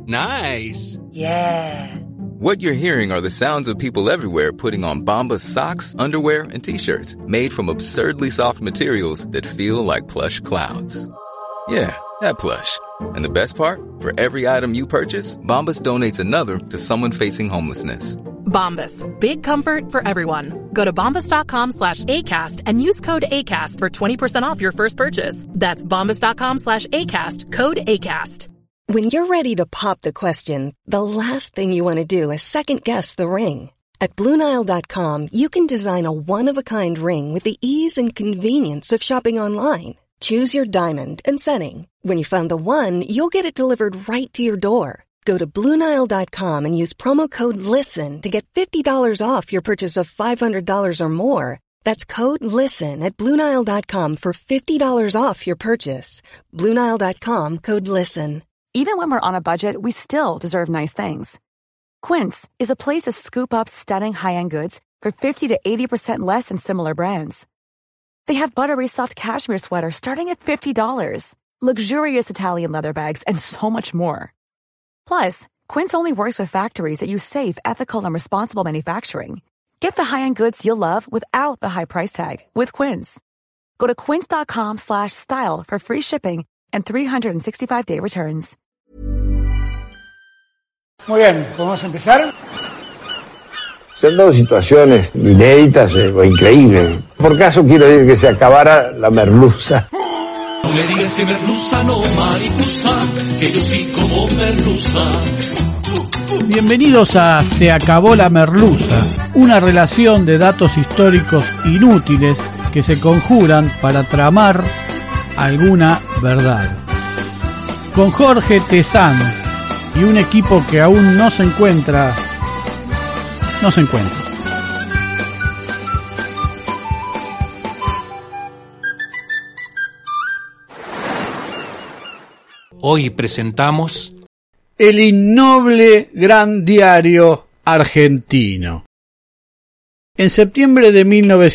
Nice. Yeah. What you're hearing are the sounds of people everywhere putting on Bombas socks, underwear, and T-shirts made from absurdly soft materials that feel like plush clouds. Yeah, that plush. And the best part? For every item you purchase, Bombas donates another to someone facing homelessness. Bombas. Big comfort for everyone. Go to bombas.com/ACAST and use code ACAST for 20% off your first purchase. That's bombas.com/ACAST. Code ACAST. When you're ready to pop the question, the last thing you want to do is second-guess the ring. At BlueNile.com, you can design a one-of-a-kind ring with the ease and convenience of shopping online. Choose your diamond and setting. When you find the one, you'll get it delivered right to your door. Go to BlueNile.com and use promo code LISTEN to get $50 off your purchase of $500 or more. That's code LISTEN at BlueNile.com for $50 off your purchase. BlueNile.com, code LISTEN. Even when we're on a budget, we still deserve nice things. Quince is a place to scoop up stunning high-end goods for 50 to 80% less than similar brands. They have buttery soft cashmere sweaters starting at $50, luxurious Italian leather bags, and so much more. Plus, Quince only works with factories that use safe, ethical, and responsible manufacturing. Get the high-end goods you'll love without the high price tag with Quince. Go to quince.com/style for free shipping and 365-day returns. Muy bien, ¿podemos empezar? Se han dado situaciones inéditas o increíbles. Por caso quiero decir que se acabara la merluza. No me digas que merluza, no mariposa, que yo sí como merluza. Bienvenidos a Se acabó la merluza, una relación de datos históricos inútiles que se conjuran para tramar alguna verdad. Con Jorge Tezán y un equipo que aún no se encuentra. Hoy presentamos El innoble gran diario argentino. En septiembre de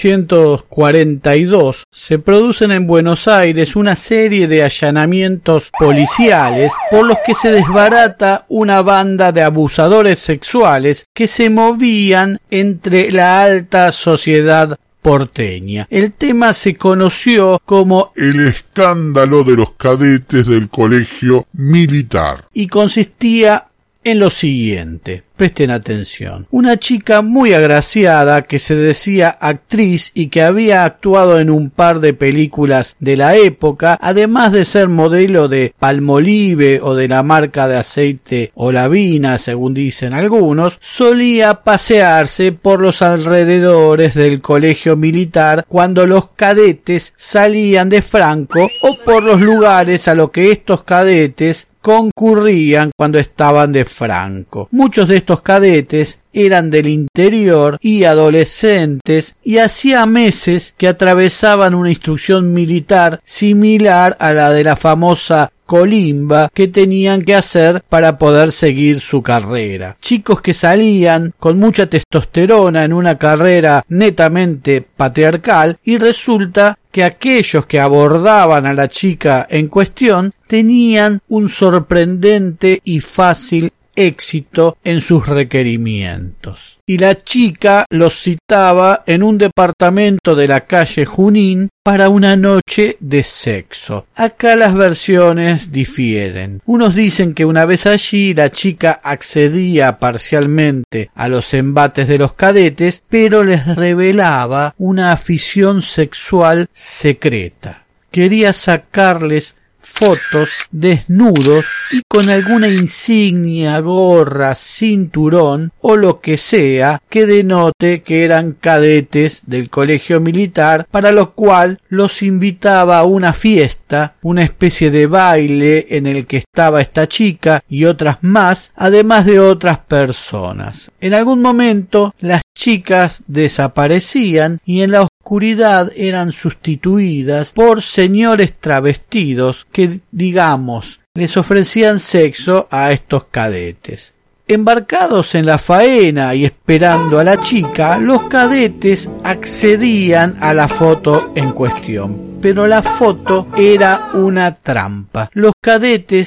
1942 se producen en Buenos Aires una serie de allanamientos policiales por los que se desbarata una banda de abusadores sexuales que se movían entre la alta sociedad porteña. El tema se conoció como el escándalo de los cadetes del colegio militar y consistía en lo siguiente. Presten atención. Una chica muy agraciada que se decía actriz y que había actuado en un par de películas de la época, además de ser modelo de Palmolive o de la marca de aceite Olavina, según dicen algunos, solía pasearse por los alrededores del colegio militar cuando los cadetes salían de Franco o por los lugares a los que estos cadetes concurrían cuando estaban de Franco. Muchos de estos cadetes eran del interior y adolescentes y hacía meses que atravesaban una instrucción militar similar a la de la famosa colimba que tenían que hacer para poder seguir su carrera. Chicos que salían con mucha testosterona en una carrera netamente patriarcal y resulta que aquellos que abordaban a la chica en cuestión tenían un sorprendente y fácil éxito en sus requerimientos. Y la chica los citaba en un departamento de la calle Junín para una noche de sexo. Acá las versiones difieren. Unos dicen que una vez allí la chica accedía parcialmente a los embates de los cadetes, pero les revelaba una afición sexual secreta. Quería sacarles fotos desnudos y con alguna insignia, gorra, cinturón o lo que sea que denote que eran cadetes del colegio militar, para lo cual los invitaba a una fiesta, una especie de baile en el que estaba esta chica y otras más, además de otras personas. En algún momento las chicas desaparecían y en la oscuridad eran sustituidas por señores travestidos que, digamos, les ofrecían sexo a estos cadetes. Embarcados en la faena y esperando a la chica, los cadetes accedían a la foto en cuestión, pero la foto era una trampa. Los cadetes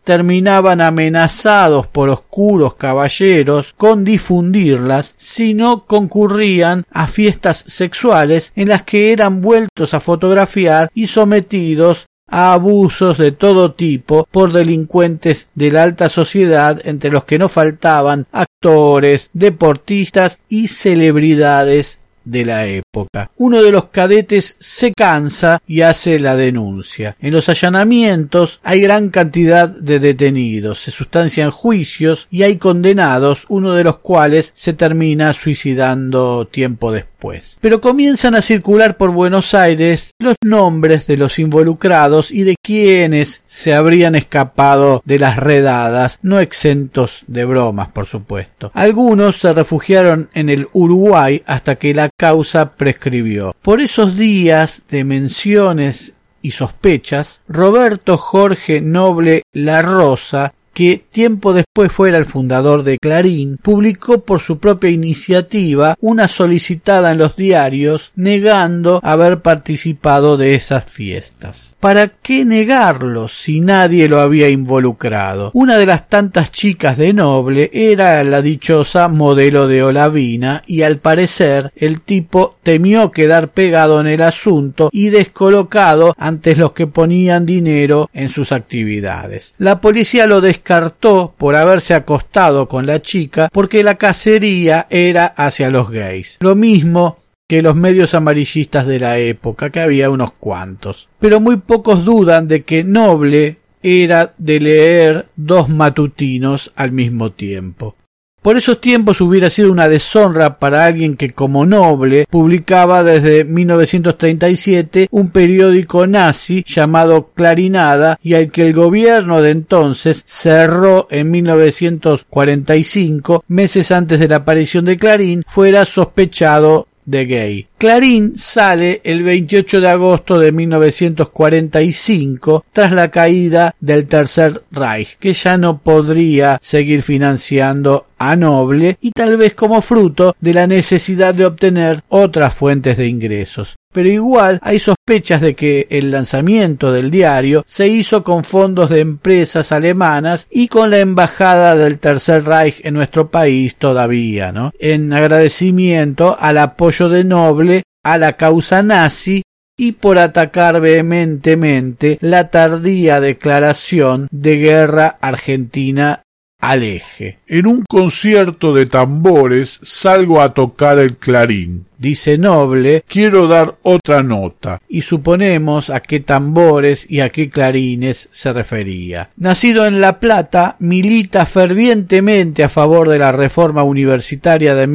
terminaban amenazados por oscuros caballeros con difundirlas si no concurrían a fiestas sexuales en las que eran vueltos a fotografiar y sometidos a abusos de todo tipo por delincuentes de la alta sociedad, entre los que no faltaban actores, deportistas y celebridades de la época. Uno de los cadetes se cansa y hace la denuncia. En los allanamientos hay gran cantidad de detenidos, se sustancian juicios y hay condenados, uno de los cuales se termina suicidando tiempo después. Pero comienzan a circular por Buenos Aires los nombres de los involucrados y de quienes se habrían escapado de las redadas, no exentos de bromas, por supuesto. Algunos se refugiaron en el Uruguay hasta que la causa prescribió. Por esos días de menciones y sospechas, Roberto Jorge Noble La Rosa, que tiempo después fuera el fundador de Clarín, publicó por su propia iniciativa una solicitada en los diarios negando haber participado de esas fiestas. ¿Para qué negarlo si nadie lo había involucrado? Una de las tantas chicas de Noble era la dichosa modelo de Olavina y al parecer el tipo temió quedar pegado en el asunto y descolocado ante los que ponían dinero en sus actividades. La policía lo descartó por haberse acostado con la chica porque la cacería era hacia los gays. Lo mismo que los medios amarillistas de la época, que había unos cuantos. Pero muy pocos dudan de que Noble era de leer dos matutinos al mismo tiempo. Por esos tiempos hubiera sido una deshonra para alguien que como Noble publicaba desde 1937 un periódico nazi llamado Clarinada y al que el gobierno de entonces cerró en 1945, meses antes de la aparición de Clarín, fuera sospechado de gay. Clarín sale el 28 de agosto de 1945 tras la caída del Tercer Reich, que ya no podría seguir financiando a Noble y tal vez como fruto de la necesidad de obtener otras fuentes de ingresos. Pero igual hay sospechas de que el lanzamiento del diario se hizo con fondos de empresas alemanas y con la embajada del Tercer Reich en nuestro país todavía, ¿no? En agradecimiento al apoyo de Noble a la causa nazi y por atacar vehementemente la tardía declaración de guerra argentina al eje. En un concierto de tambores salgo a tocar el clarín. Dice Noble, quiero dar otra nota. Y suponemos a qué tambores y a qué clarines se refería. Nacido en La Plata, milita fervientemente a favor de la reforma universitaria de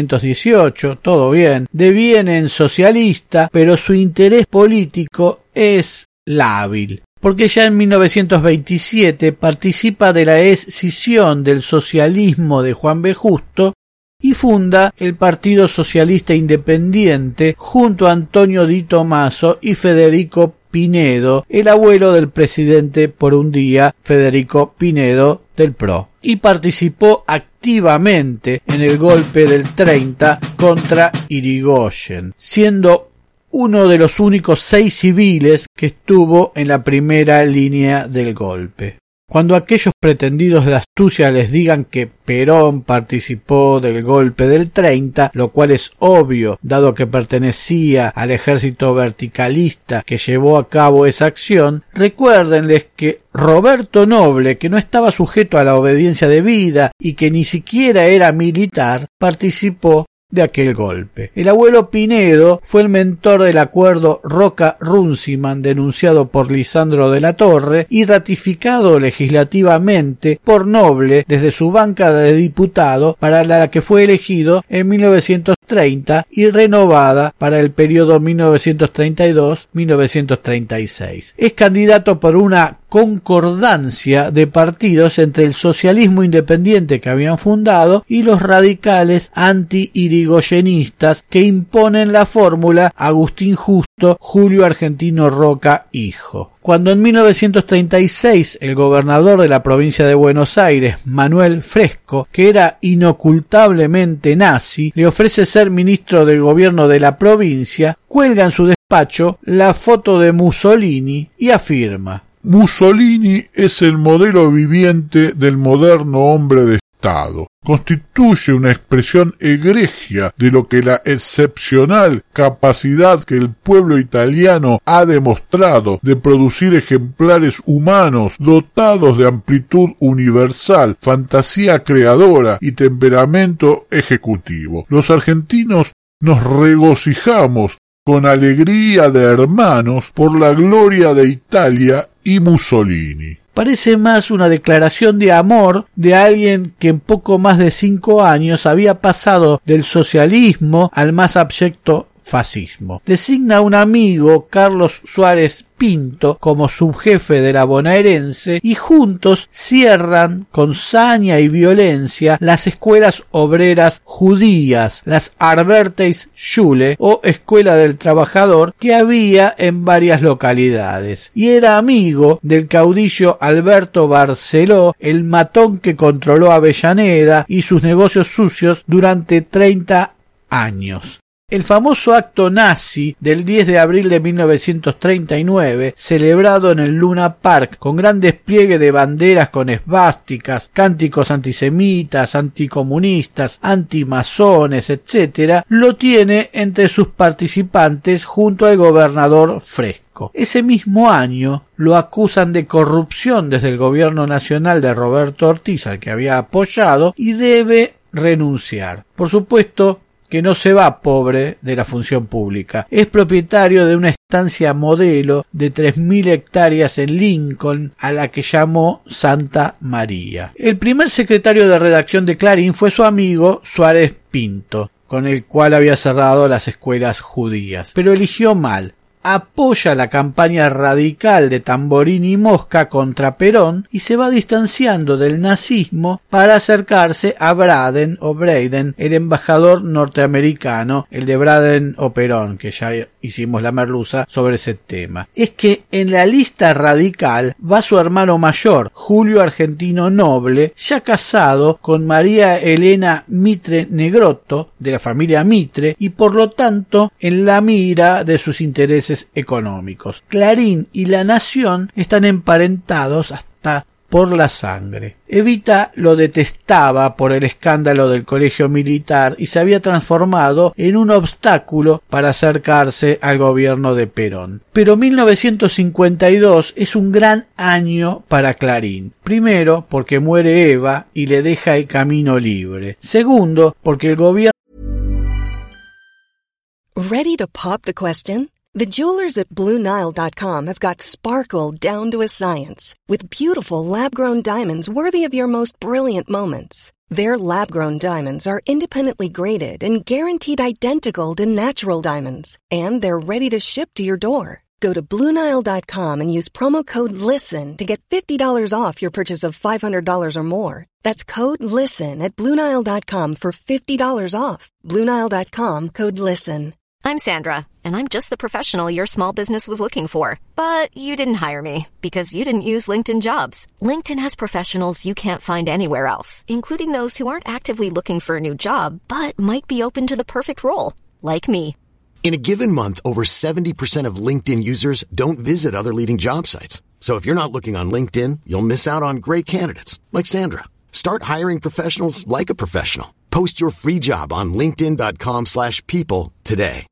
1918, todo bien, deviene socialista, pero su interés político es lábil. Porque ya en 1927 participa de la escisión del socialismo de Juan B. Justo y funda el Partido Socialista Independiente junto a Antonio Di Tommaso y Federico Pinedo, el abuelo del presidente por un día, Federico Pinedo del PRO. Y participó activamente en el golpe del 30 contra Irigoyen, siendo uno de los únicos 6 civiles que estuvo en la primera línea del golpe. Cuando aquellos pretendidos de astucia les digan que Perón participó del golpe del 30, lo cual es obvio, dado que pertenecía al ejército verticalista que llevó a cabo esa acción, recuérdenles que Roberto Noble, que no estaba sujeto a la obediencia debida y que ni siquiera era militar, participó de aquel golpe. El abuelo Pinedo fue el mentor del acuerdo Roca-Runciman denunciado por Lisandro de la Torre y ratificado legislativamente por Noble desde su banca de diputado para la que fue elegido en 1930 y renovada para el periodo 1932-1936. Es candidato por una concordancia de partidos entre el socialismo independiente que habían fundado y los radicales anti-irigoyenistas que imponen la fórmula Agustín Justo, Julio Argentino Roca, hijo. Cuando en 1936 el gobernador de la provincia de Buenos Aires, Manuel Fresco, que era inocultablemente nazi, le ofrece ser ministro del gobierno de la provincia, cuelga en su despacho la foto de Mussolini y afirma: Mussolini es el modelo viviente del moderno hombre de Estado. Constituye una expresión egregia de lo que la excepcional capacidad que el pueblo italiano ha demostrado de producir ejemplares humanos dotados de amplitud universal, fantasía creadora y temperamento ejecutivo. Los argentinos nos regocijamos con alegría de hermanos por la gloria de Italia y Mussolini. Parece más una declaración de amor de alguien que en poco más de 5 años había pasado del socialismo al más abyecto fascismo. Designa a un amigo, Carlos Suárez Pinto, como subjefe de la bonaerense y juntos cierran con saña y violencia las escuelas obreras judías, las Arbeiterschule o Escuela del Trabajador, que había en varias localidades, y era amigo del caudillo Alberto Barceló, el matón que controló Avellaneda y sus negocios sucios durante 30 años. El famoso acto nazi del 10 de abril de 1939, celebrado en el Luna Park con gran despliegue de banderas con esvásticas, cánticos antisemitas, anticomunistas, antimasones, etc., lo tiene entre sus participantes junto al gobernador Fresco. Ese mismo año lo acusan de corrupción desde el gobierno nacional de Roberto Ortiz, al que había apoyado, y debe renunciar. Por supuesto que no se va pobre de la función pública. Es propietario de una estancia modelo de 3.000 hectáreas en Lincoln, a la que llamó Santa María. El primer secretario de redacción de Clarín fue su amigo Suárez Pinto, con el cual había cerrado las escuelas judías, pero eligió mal. Apoya la campaña radical de Tamborini y Mosca contra Perón y se va distanciando del nazismo para acercarse a Braden o Braden, el embajador norteamericano, el de Braden o Perón, que ya hicimos la merluza sobre ese tema. Es que en la lista radical va su hermano mayor, Julio Argentino Noble, ya casado con María Elena Mitre Negrotto, de la familia Mitre, y por lo tanto en la mira de sus intereses económicos. Clarín y La Nación están emparentados hasta por la sangre. Evita lo detestaba por el escándalo del colegio militar y se había transformado en un obstáculo para acercarse al gobierno de Perón. Pero 1952 es un gran año para Clarín. Primero, porque muere Eva y le deja el camino libre. Segundo, porque el gobierno... Ready to pop the question? The jewelers at BlueNile.com have got sparkle down to a science with beautiful lab-grown diamonds worthy of your most brilliant moments. Their lab-grown diamonds are independently graded and guaranteed identical to natural diamonds, and they're ready to ship to your door. Go to BlueNile.com and use promo code LISTEN to get $50 off your purchase of $500 or more. That's code LISTEN at BlueNile.com for $50 off. BlueNile.com, code LISTEN. I'm Sandra, and I'm just the professional your small business was looking for. But you didn't hire me because you didn't use LinkedIn Jobs. LinkedIn has professionals you can't find anywhere else, including those who aren't actively looking for a new job, but might be open to the perfect role, like me. In a given month, over 70% of LinkedIn users don't visit other leading job sites. So if you're not looking on LinkedIn, you'll miss out on great candidates, like Sandra. Start hiring professionals like a professional. Post your free job on linkedin.com/people today.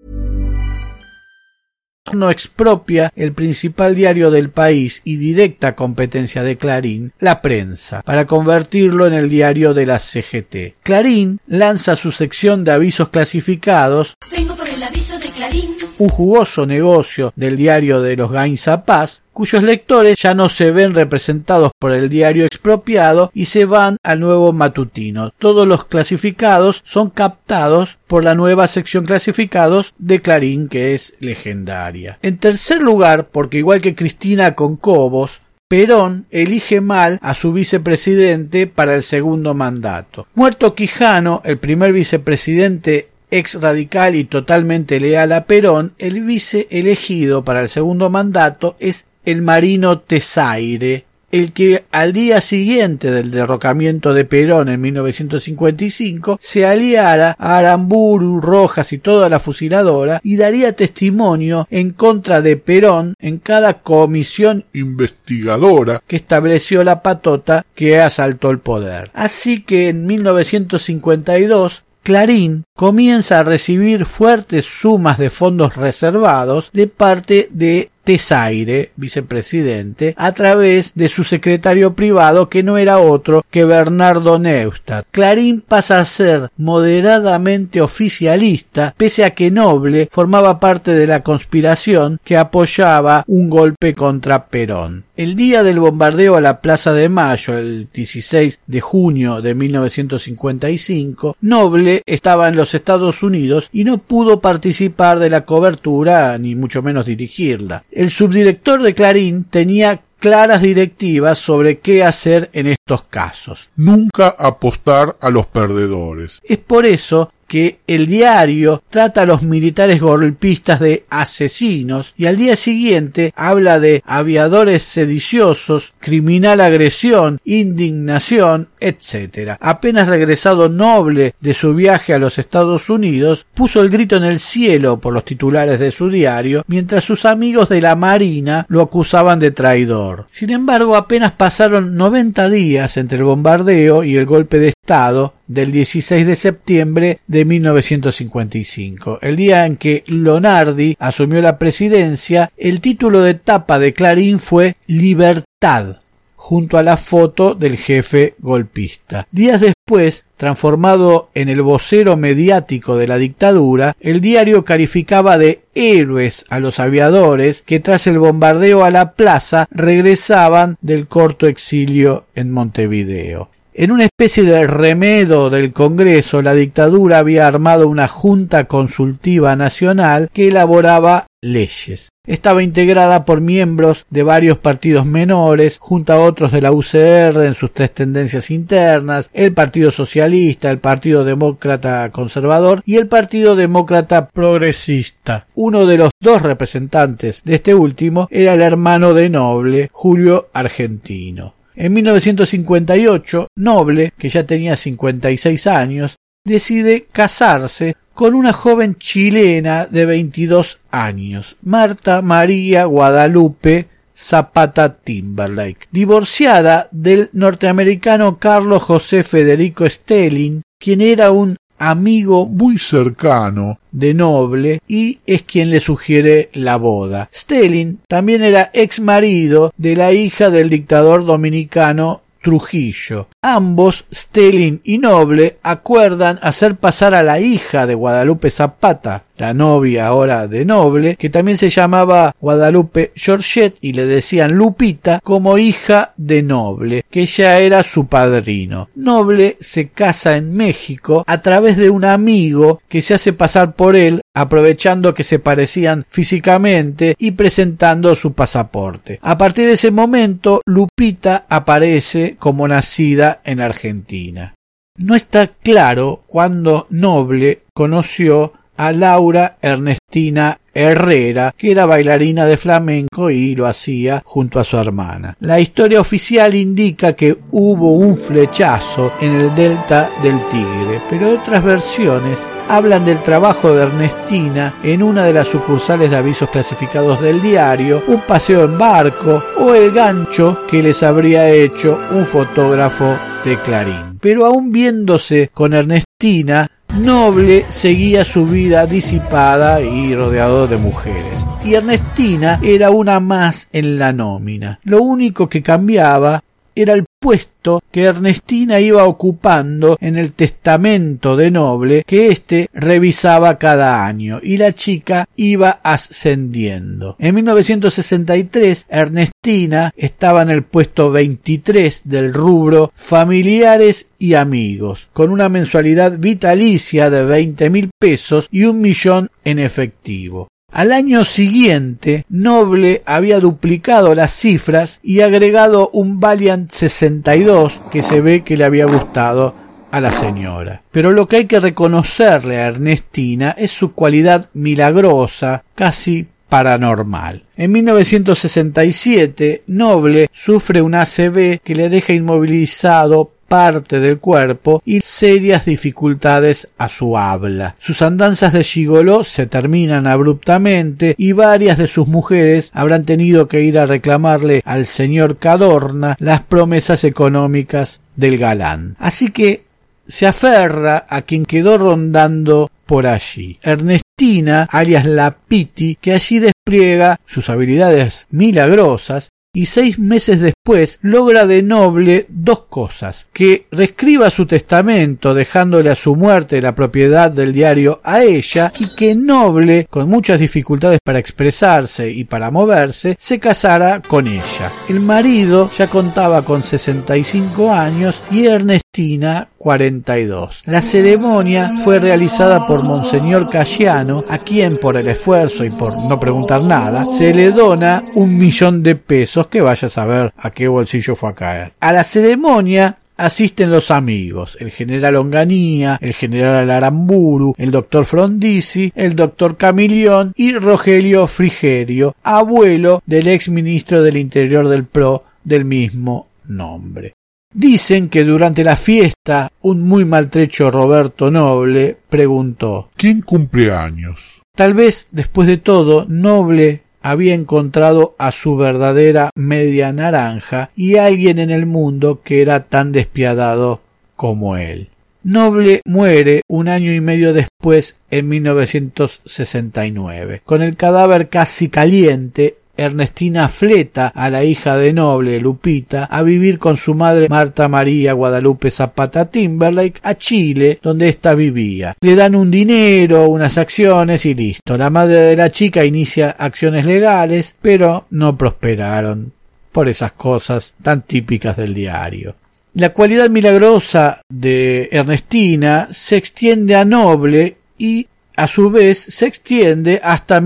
No expropia el principal diario del país y directa competencia de Clarín, La Prensa, para convertirlo en el diario de la CGT. Clarín lanza su sección de avisos clasificados. Vengo por el aviso de Clarín. Un jugoso negocio del diario de los Gainza Paz, cuyos lectores ya no se ven representados por el diario expropiado y se van al nuevo matutino. Todos los clasificados son captados por la nueva sección clasificados de Clarín, que es legendaria. En tercer lugar, porque igual que Cristina con Cobos, Perón elige mal a su vicepresidente para el segundo mandato. Muerto Quijano, el primer vicepresidente ex radical y totalmente leal a Perón, el vice elegido para el segundo mandato es el marino Tesaire, el que al día siguiente del derrocamiento de Perón en 1955 se aliara a Aramburu, Rojas y toda la fusiladora y daría testimonio en contra de Perón en cada comisión investigadora que estableció la patota que asaltó el poder. Así que en 1952 Clarín comienza a recibir fuertes sumas de fondos reservados de parte de Tesaire, vicepresidente, a través de su secretario privado, que no era otro que Bernardo Neustadt. Clarín pasa a ser moderadamente oficialista, pese a que Noble formaba parte de la conspiración que apoyaba un golpe contra Perón. El día del bombardeo a la Plaza de Mayo, el 16 de junio de 1955, Noble estaba en los Estados Unidos y no pudo participar de la cobertura, ni mucho menos dirigirla. El subdirector de Clarín tenía claras directivas sobre qué hacer en estos casos. Nunca apostar a los perdedores. Es por eso que el diario trata a los militares golpistas de asesinos y al día siguiente habla de aviadores sediciosos, criminal agresión, indignación, etc. Apenas regresado Noble de su viaje a los Estados Unidos, puso el grito en el cielo por los titulares de su diario, mientras sus amigos de la Marina lo acusaban de traidor. Sin embargo, apenas pasaron 90 días entre el bombardeo y el golpe de Estado del 16 de septiembre de 1955. El día en que Lonardi asumió la presidencia, el título de tapa de Clarín fue Libertad, junto a la foto del jefe golpista. Días después, transformado en el vocero mediático de la dictadura, el diario calificaba de héroes a los aviadores que tras el bombardeo a la plaza regresaban del corto exilio en Montevideo. En una especie de remedo del Congreso, la dictadura había armado una junta consultiva nacional que elaboraba leyes. Estaba integrada por miembros de varios partidos menores, junto a otros de la UCR en sus tres tendencias internas, el Partido Socialista, el Partido Demócrata Conservador y el Partido Demócrata Progresista. Uno de los dos representantes de este último era el hermano de Noble, Julio Argentino. En 1958, Noble, que ya tenía 56 años, decide casarse con una joven chilena de 22 años, Marta María Guadalupe Zapata Timberlake, divorciada del norteamericano Carlos José Federico Stelling, quien era un amigo muy cercano de Noble y es quien le sugiere la boda. Stelling también era ex marido de la hija del dictador dominicano Trujillo. Ambos, Stelling y Noble, acuerdan hacer pasar a la hija de Guadalupe Zapata, la novia ahora de Noble, que también se llamaba Guadalupe Georgette y le decían Lupita, como hija de Noble, que ya era su padrino. Noble se casa en México a través de un amigo que se hace pasar por él, aprovechando que se parecían físicamente y presentando su pasaporte. A partir de ese momento, Lupita aparece como nacida en Argentina. No está claro cuándo Noble conoció a Laura Ernestina Herrera, que era bailarina de flamenco y lo hacía junto a su hermana. La historia oficial indica que hubo un flechazo en el delta del Tigre, pero otras versiones hablan del trabajo de Ernestina en una de las sucursales de avisos clasificados del diario, un paseo en barco o el gancho que les habría hecho un fotógrafo de Clarín. Pero aún viéndose con Ernestina, Noble seguía su vida disipada y rodeado de mujeres, y Ernestina era una más en la nómina. Lo único que cambiaba era el puesto que Ernestina iba ocupando en el testamento de Noble, que éste revisaba cada año, y la chica iba ascendiendo. En 1963, Ernestina estaba en el puesto 23 del rubro familiares y amigos, con una mensualidad vitalicia de 20.000 pesos y 1 millón en efectivo. Al año siguiente, Noble había duplicado las cifras y agregado un Valiant 62 que se ve que le había gustado a la señora. Pero lo que hay que reconocerle a Ernestina es su cualidad milagrosa, casi paranormal. En 1967, Noble sufre un ACV que le deja inmovilizado parte del cuerpo y serias dificultades a su habla. Sus andanzas de gigoló se terminan abruptamente y varias de sus mujeres habrán tenido que ir a reclamarle al señor Cadorna las promesas económicas del galán. Así que se aferra a quien quedó rondando por allí, Ernestina, alias la Piti, que allí despliega sus habilidades milagrosas y 6 meses después logra de Noble 2 cosas: que reescriba su testamento dejándole a su muerte la propiedad del diario a ella, y que Noble, con muchas dificultades para expresarse y para moverse, se casara con ella. El marido ya contaba con 65 años y Ernestina 42. La ceremonia fue realizada por Monseñor Cayano, a quien por el esfuerzo y por no preguntar nada se le dona 1.000.000 de pesos, que vaya a saber a qué bolsillo fue a caer. A la ceremonia asisten los amigos: el general Onganía, el general Aramburu, el doctor Frondizi, el doctor Camilión y Rogelio Frigerio, abuelo del ex ministro del Interior del PRO del mismo nombre. Dicen que durante la fiesta un muy maltrecho Roberto Noble preguntó: ¿quién cumple años? Tal vez, después de todo, Noble había encontrado a su verdadera media naranja y alguien en el mundo que era tan despiadado como él. Noble muere 1 año y medio después, en 1969. Con el cadáver casi caliente, Ernestina fleta a la hija de Noble, Lupita, a vivir con su madre Marta María Guadalupe Zapata Timberlake a Chile, donde ésta vivía. Le dan un dinero, unas acciones y listo. La madre de la chica inicia acciones legales, pero no prosperaron por esas cosas tan típicas del diario. La cualidad milagrosa de Ernestina se extiende a Noble y a su vez se extiende hasta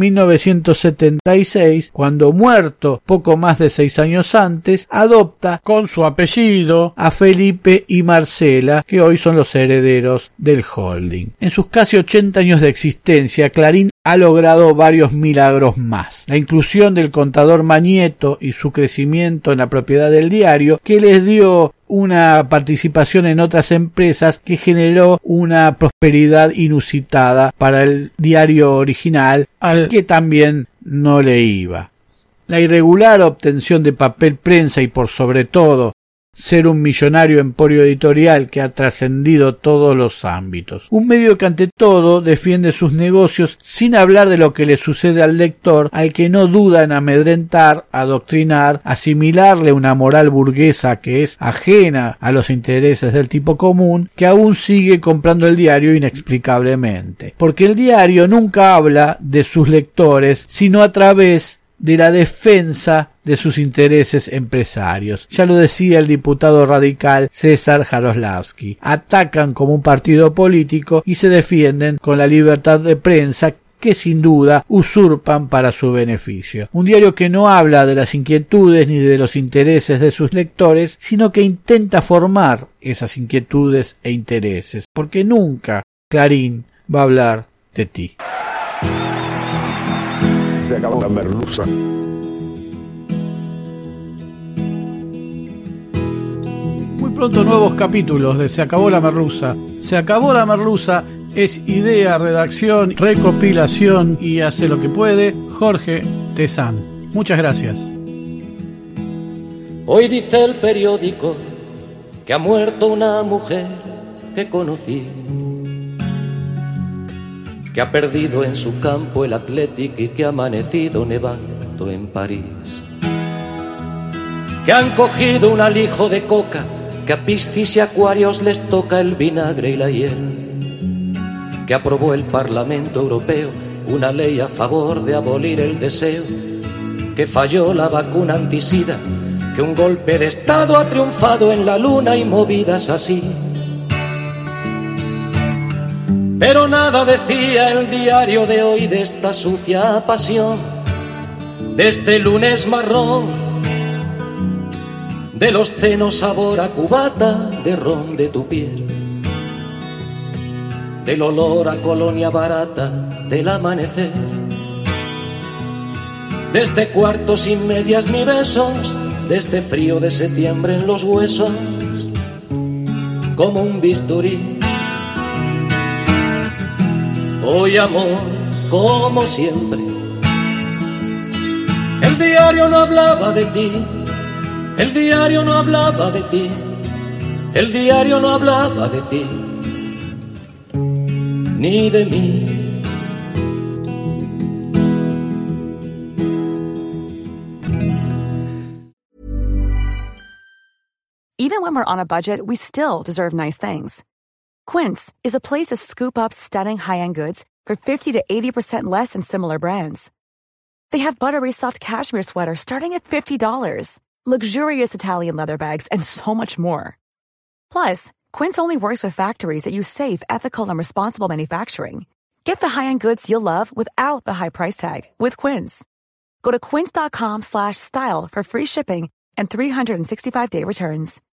1976, cuando, muerto poco más de 6 años antes, adopta con su apellido a Felipe y Marcela, que hoy son los herederos del holding. En sus casi 80 años de existencia, Clarín ha logrado varios milagros más. La inclusión del contador Mañeto y su crecimiento en la propiedad del diario, que les dio una participación en otras empresas que generó una prosperidad inusitada para el diario original, al que también no le iba. La irregular obtención de papel prensa y, por sobre todo, ser un millonario emporio editorial que ha trascendido todos los ámbitos. Un medio que ante todo defiende sus negocios sin hablar de lo que le sucede al lector, al que no duda en amedrentar, adoctrinar, asimilarle una moral burguesa que es ajena a los intereses del tipo común, que aún sigue comprando el diario inexplicablemente. Porque el diario nunca habla de sus lectores, sino a través de la defensa de sus intereses empresarios. Ya lo decía el diputado radical César Jaroslavsky. Atacan como un partido político y se defienden con la libertad de prensa que sin duda usurpan para su beneficio. Un diario que no habla de las inquietudes ni de los intereses de sus lectores, sino que intenta formar esas inquietudes e intereses, porque nunca Clarín va a hablar de ti. Se acabó la merluza. Muy pronto nuevos capítulos de Se acabó la merluza. Se acabó la merluza es idea, redacción, recopilación y hace lo que puede Jorge Tezán. Muchas gracias. Hoy dice el periódico que ha muerto una mujer que conocí, que ha perdido en su campo el Athletic y que ha amanecido nevando en París, que han cogido un alijo de coca, que a piscis y acuarios les toca el vinagre y la hiel, que aprobó el Parlamento Europeo una ley a favor de abolir el deseo, que falló la vacuna antisida, que un golpe de Estado ha triunfado en la luna y movidas así. Pero nada decía el diario de hoy de esta sucia pasión, de este lunes marrón, de los cenos sabor a cubata de ron de tu piel, del olor a colonia barata del amanecer, de este cuarto sin medias ni besos, de este frío de septiembre en los huesos, como un bisturí. Hoy amor, como siempre, el diario no hablaba de ti, el diario no hablaba de ti, el diario no hablaba de ti, ni de mí. Even when we're on a budget, we still deserve nice things. Quince is a place to scoop up stunning high-end goods for 50 to 80% less than similar brands. They have buttery soft cashmere sweaters starting at $50, luxurious Italian leather bags, and so much more. Plus, Quince only works with factories that use safe, ethical, and responsible manufacturing. Get the high-end goods you'll love without the high price tag with Quince. Go to quince.com/style for free shipping and 365-day returns.